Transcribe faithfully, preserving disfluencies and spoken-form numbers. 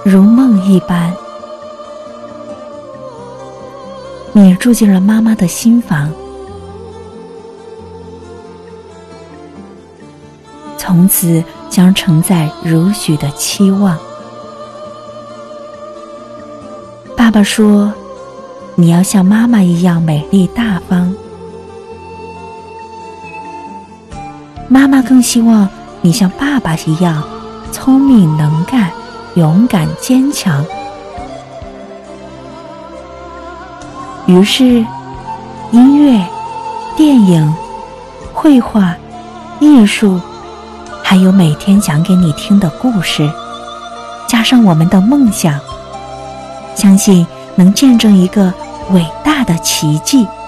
如梦一般。你住进了妈妈的心房，从此将承载如许的期望。爸爸说，你要像妈妈一样美丽大方。妈妈更希望你像爸爸一样聪明能干、勇敢坚强。于是，音乐、电影、绘画、艺术，还有每天讲给你听的故事，加上我们的梦想，相信能见证一个伟大的奇迹。